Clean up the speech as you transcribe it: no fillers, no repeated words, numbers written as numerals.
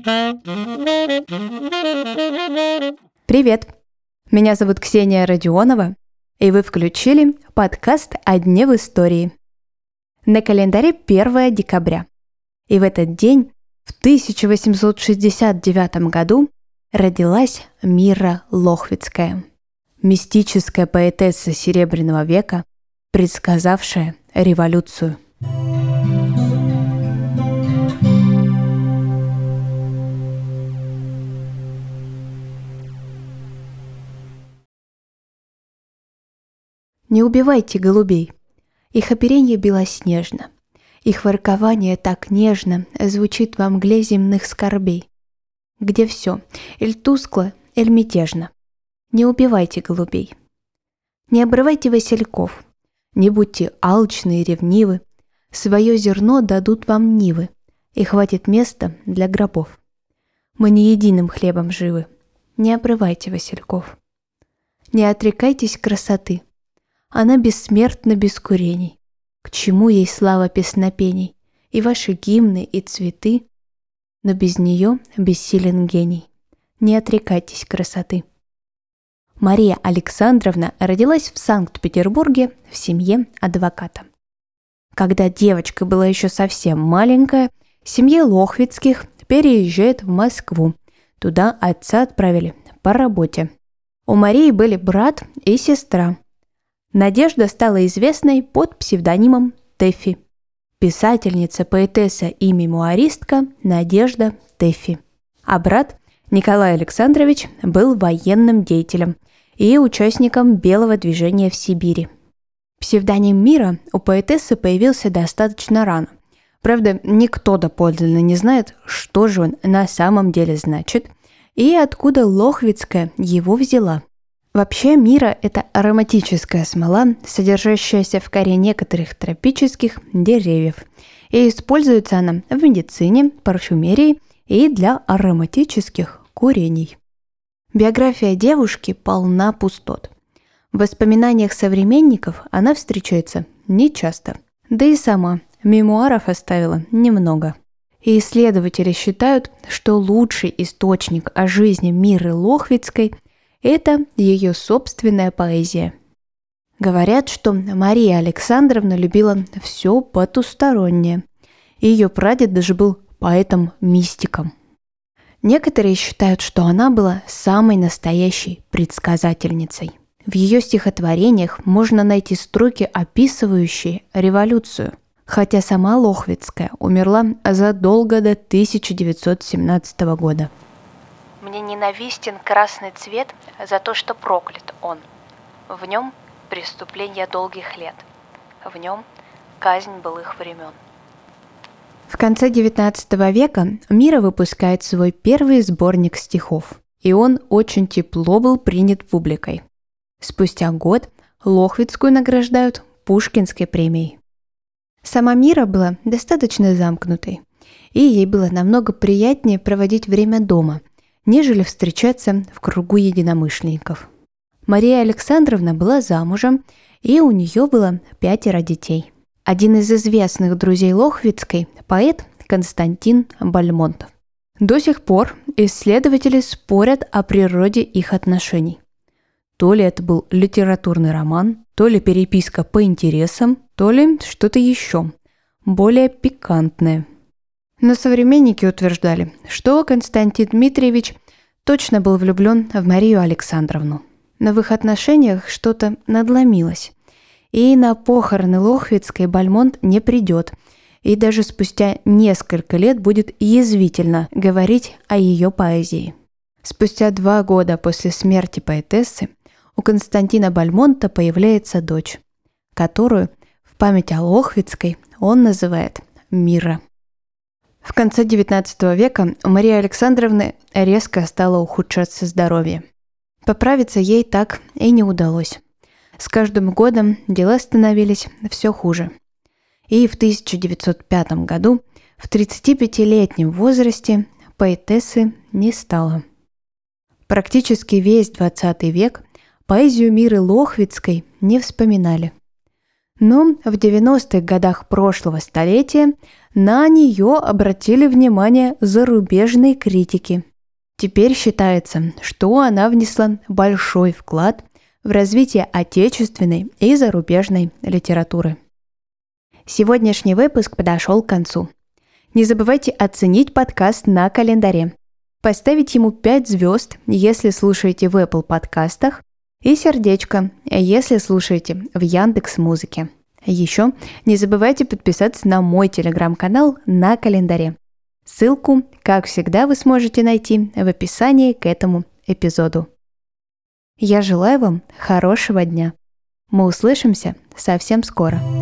Привет! Меня зовут Ксения Родионова, и вы включили подкаст «О дне в истории». На календаре 1 декабря. И в этот день, в 1869 году, родилась Мира Лохвицкая, мистическая поэтесса Серебряного века, предсказавшая революцию. Не убивайте голубей. Их оперенье белоснежно. Их воркование так нежно звучит во мгле земных скорбей, где все, эль тускло, эль мятежно. Не убивайте голубей. Не обрывайте васильков. Не будьте алчны и ревнивы. Свое зерно дадут вам нивы, и хватит места для гробов. Мы не единым хлебом живы. Не обрывайте васильков. Не отрекайтесь красоты. Она бессмертна без курений. К чему ей слава песнопений, и ваши гимны, и цветы? Но без нее бессилен гений. Не отрекайтесь красоты. Мария Александровна родилась в Санкт-Петербурге в семье адвоката. Когда девочка была еще совсем маленькая, семья Лохвицких переезжает в Москву. Туда отца отправили по работе. У Марии были брат и сестра. Надежда стала известной под псевдонимом Тэффи. Писательница, поэтесса и мемуаристка Надежда Тэффи. А брат Николай Александрович был военным деятелем и участником Белого движения в Сибири. Псевдоним Мира у поэтессы появился достаточно рано. Правда, никто доподлинно не знает, что же он на самом деле значит и откуда Лохвицкая его взяла. Вообще, мира – это ароматическая смола, содержащаяся в коре некоторых тропических деревьев. И используется она в медицине, парфюмерии и для ароматических курений. Биография девушки полна пустот. В воспоминаниях современников она встречается нечасто. Да и сама мемуаров оставила немного. И исследователи считают, что лучший источник о жизни Миры Лохвицкой – это ее собственная поэзия. Говорят, что Мария Александровна любила все потустороннее. Ее прадед даже был поэтом-мистиком. Некоторые считают, что она была самой настоящей предсказательницей. В ее стихотворениях можно найти строки, описывающие революцию. Хотя сама Лохвицкая умерла задолго до 1917 года. Мне ненавистен красный цвет за то, что проклят он. В нем преступление долгих лет. В нем казнь былых времен. В конце XIX века Мира выпускает свой первый сборник стихов, и он очень тепло был принят публикой. Спустя год Лохвицкую награждают Пушкинской премией. Сама Мира была достаточно замкнутой, и ей было намного приятнее проводить время дома, нежели встречаться в кругу единомышленников. Мария Александровна была замужем, и у нее было 5 детей. Один из известных друзей Лохвицкой – поэт Константин Бальмонт. До сих пор исследователи спорят о природе их отношений. То ли это был литературный роман, то ли переписка по интересам, то ли что-то еще, более пикантное. Но современники утверждали, что Константин Дмитриевич точно был влюблен в Марию Александровну. Но в их отношениях что-то надломилось. И на похороны Лохвицкой Бальмонт не придет, и даже спустя несколько лет будет язвительно говорить о ее поэзии. Спустя 2 года после смерти поэтессы у Константина Бальмонта появляется дочь, которую в память о Лохвицкой он называет Мира. В конце XIX века у Марии Александровны резко стало ухудшаться здоровье. Поправиться ей так и не удалось. С каждым годом дела становились все хуже. И в 1905 году, в 35-летнем возрасте, поэтессы не стало. Практически весь XX век поэзию Миры Лохвицкой не вспоминали. Но в 90-х годах прошлого столетия на нее обратили внимание зарубежные критики. Теперь считается, что она внесла большой вклад в развитие отечественной и зарубежной литературы. Сегодняшний выпуск подошел к концу. Не забывайте оценить подкаст на календаре, поставить ему 5 звезд, если слушаете в Apple подкастах, и сердечко, если слушаете в Яндекс.Музыке. Еще не забывайте подписаться на мой телеграм-канал на календаре. Ссылку, как всегда, вы сможете найти в описании к этому эпизоду. Я желаю вам хорошего дня. Мы услышимся совсем скоро.